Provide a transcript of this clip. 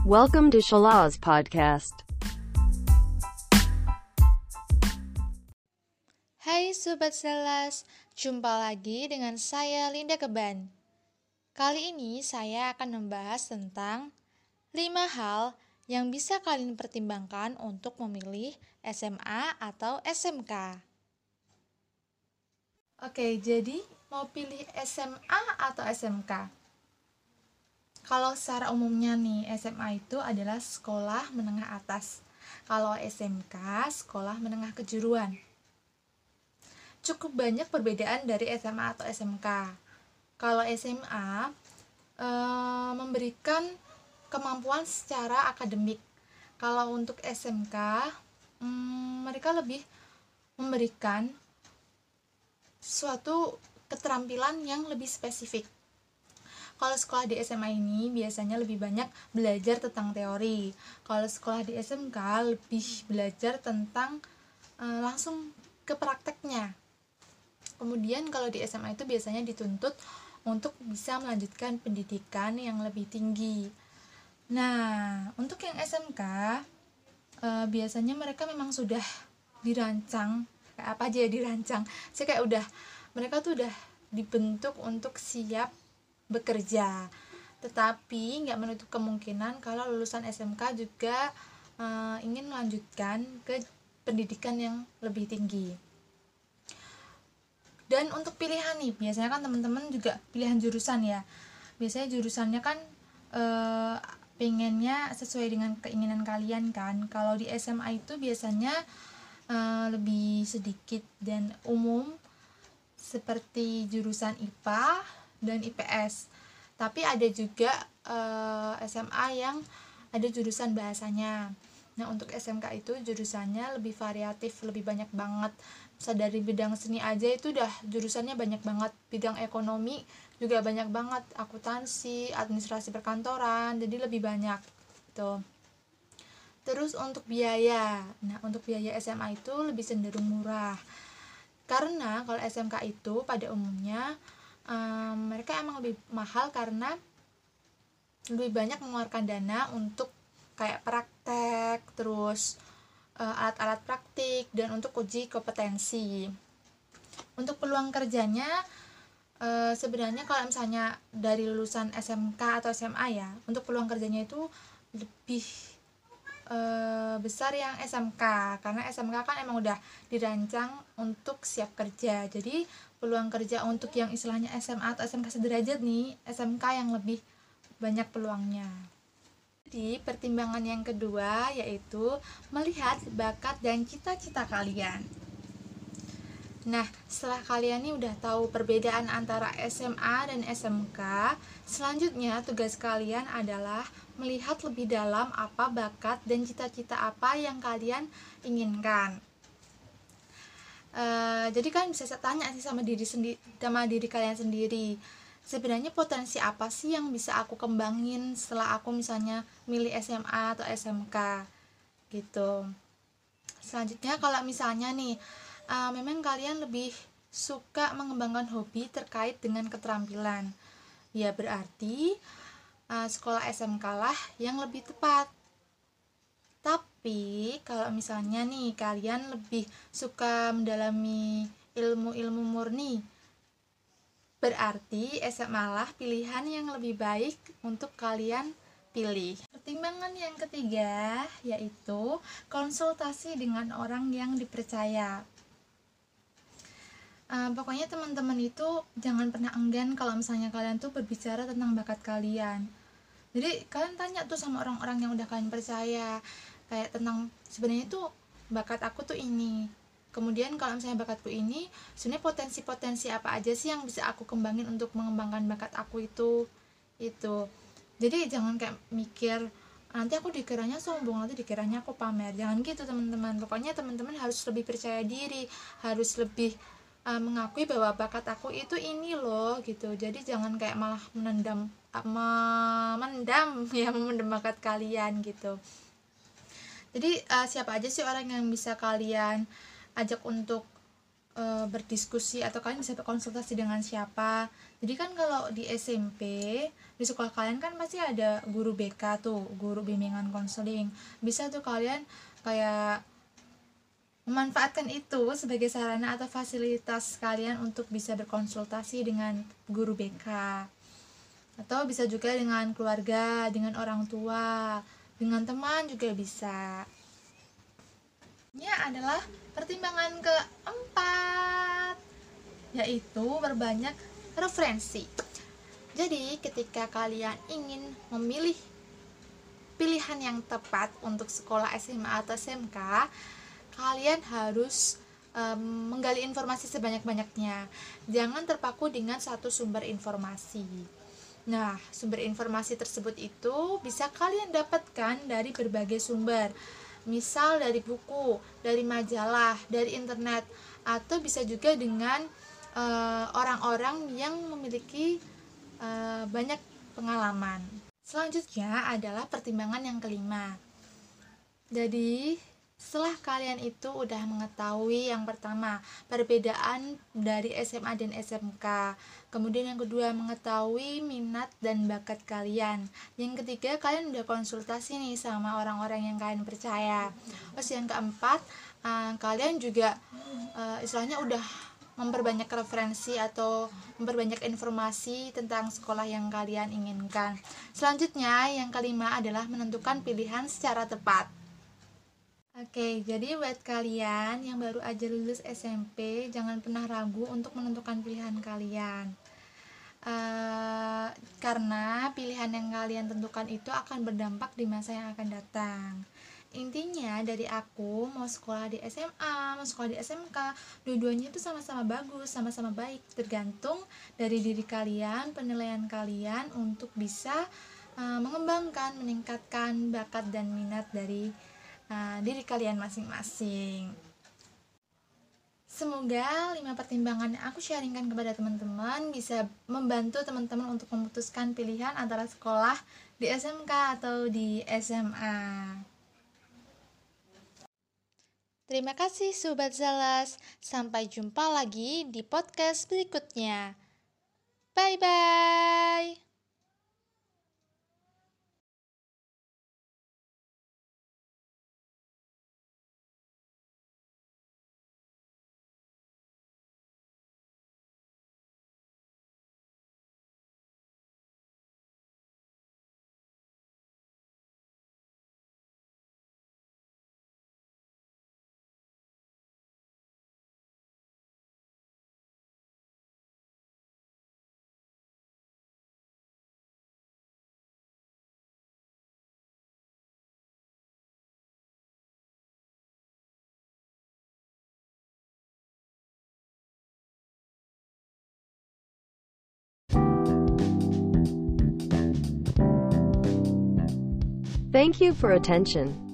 Welcome to Shalaz Podcast. Hai Sobat Selas, jumpa lagi dengan saya Linda Keban. Kali ini saya akan membahas tentang 5 hal yang bisa kalian pertimbangkan untuk memilih SMA atau SMK. Oke, jadi mau pilih SMA atau SMK? Kalau secara umumnya nih, SMA itu adalah sekolah menengah atas. Kalau SMK, sekolah menengah kejuruan. Cukup banyak perbedaan dari SMA atau SMK. Kalau SMA memberikan kemampuan secara akademik. Kalau untuk SMK, mereka lebih memberikan suatu keterampilan yang lebih spesifik. Kalau sekolah di SMA ini biasanya lebih banyak belajar tentang teori. Kalau sekolah di SMK lebih belajar tentang langsung ke prakteknya. Kemudian kalau di SMA itu biasanya dituntut untuk bisa melanjutkan pendidikan yang lebih tinggi. Nah, untuk yang SMK biasanya mereka memang sudah dirancang, kayak apa aja ya dirancang. Saya kayak mereka tuh udah dibentuk untuk siap bekerja, tetapi nggak menutup kemungkinan kalau lulusan SMK juga ingin melanjutkan ke pendidikan yang lebih tinggi. Dan untuk pilihan nih, biasanya kan teman-teman juga pilihan jurusan ya. Biasanya jurusannya kan pengennya sesuai dengan keinginan kalian kan. Kalau di SMA itu biasanya lebih sedikit dan umum, seperti jurusan IPA dan IPS. Tapi ada juga SMA yang ada jurusan bahasanya. Nah, untuk SMK itu jurusannya lebih variatif, lebih banyak banget. Bisa dari bidang seni aja itu udah jurusannya banyak banget. Bidang ekonomi juga banyak banget, akuntansi, administrasi perkantoran, jadi lebih banyak gitu. Terus untuk biaya. Nah, untuk biaya SMA itu lebih cenderung murah. Karena kalau SMK itu pada umumnya mereka emang lebih mahal karena lebih banyak mengeluarkan dana untuk kayak praktek, terus alat-alat praktik, dan untuk uji kompetensi. Untuk peluang kerjanya sebenarnya kalau misalnya dari lulusan SMK atau SMA ya, untuk peluang kerjanya itu lebih besar yang SMK, karena SMK kan emang udah dirancang untuk siap kerja. Jadi peluang kerja untuk yang istilahnya SMA atau SMK sederajat nih, SMK yang lebih banyak peluangnya. Jadi pertimbangan yang kedua yaitu melihat bakat dan cita-cita kalian. Nah, setelah kalian nih udah tahu perbedaan antara SMA dan SMK, selanjutnya tugas kalian adalah melihat lebih dalam apa bakat dan cita-cita apa yang kalian inginkan. Jadi kan bisa saya tanya sih sama diri kalian sendiri. Sebenarnya potensi apa sih yang bisa aku kembangin setelah aku misalnya milih SMA atau SMK gitu. Selanjutnya kalau misalnya nih memang kalian lebih suka mengembangkan hobi terkait dengan keterampilan, ya berarti sekolah SMK lah yang lebih tepat. Tapi kalau misalnya nih kalian lebih suka mendalami ilmu-ilmu murni, berarti SMA lah pilihan yang lebih baik untuk kalian pilih. Pertimbangan yang ketiga yaitu konsultasi dengan orang yang dipercaya. Pokoknya teman-teman itu jangan pernah enggan kalau misalnya kalian tuh berbicara tentang bakat kalian. Jadi kalian tanya tuh sama orang-orang yang udah kalian percaya, kayak tentang sebenarnya tuh bakat aku tuh ini. Kemudian kalau misalnya bakatku ini, sebenarnya potensi-potensi apa aja sih yang bisa aku kembangin untuk mengembangkan bakat aku itu. Jadi jangan kayak mikir nanti aku dikiranya sombong, nanti dikiranya aku pamer. Jangan gitu teman-teman. Pokoknya teman-teman harus lebih percaya diri, harus lebih mengakui bahwa bakat aku itu ini loh gitu. Jadi jangan kayak malah memendam bakat kalian gitu. Jadi siapa aja sih orang yang bisa kalian ajak untuk berdiskusi atau kalian bisa berkonsultasi dengan siapa. Jadi kan kalau di SMP, di sekolah kalian kan pasti ada guru BK tuh, guru bimbingan konseling. Bisa tuh kalian kayak memanfaatkan itu sebagai sarana atau fasilitas kalian untuk bisa berkonsultasi dengan guru BK. Atau bisa juga dengan keluarga, dengan orang tua, dengan teman juga bisa. Ini adalah pertimbangan keempat, yaitu berbanyak referensi. Jadi ketika kalian ingin memilih pilihan yang tepat untuk sekolah SMA atau SMK, kalian harus menggali informasi sebanyak-banyaknya. Jangan terpaku dengan satu sumber informasi. Nah, sumber informasi tersebut itu bisa kalian dapatkan dari berbagai sumber. Misal dari buku, dari majalah, dari internet, atau bisa juga dengan orang-orang yang memiliki banyak pengalaman. Selanjutnya adalah pertimbangan yang kelima. Jadi, setelah kalian itu udah mengetahui yang pertama, perbedaan dari SMA dan SMK. Kemudian yang kedua, mengetahui minat dan bakat kalian. Yang ketiga, kalian udah konsultasi nih sama orang-orang yang kalian percaya. Terus yang keempat, kalian juga istilahnya udah memperbanyak referensi atau memperbanyak informasi tentang sekolah yang kalian inginkan. Selanjutnya, yang kelima adalah menentukan pilihan secara tepat. Oke, jadi buat kalian yang baru aja lulus SMP, jangan pernah ragu untuk menentukan pilihan kalian. Karena pilihan yang kalian tentukan itu akan berdampak di masa yang akan datang. Intinya dari aku, mau sekolah di SMA, mau sekolah di SMK, dua-duanya itu sama-sama bagus, sama-sama baik. Tergantung dari diri kalian, penilaian kalian untuk bisa mengembangkan, meningkatkan bakat dan minat dari diri kalian masing-masing. Semoga 5 pertimbangan yang aku sharingkan kepada teman-teman bisa membantu teman-teman untuk memutuskan pilihan antara sekolah di SMK atau di SMA. Terima kasih Sobat Zalas, sampai jumpa lagi di podcast berikutnya. Bye-bye. Thank you for attention.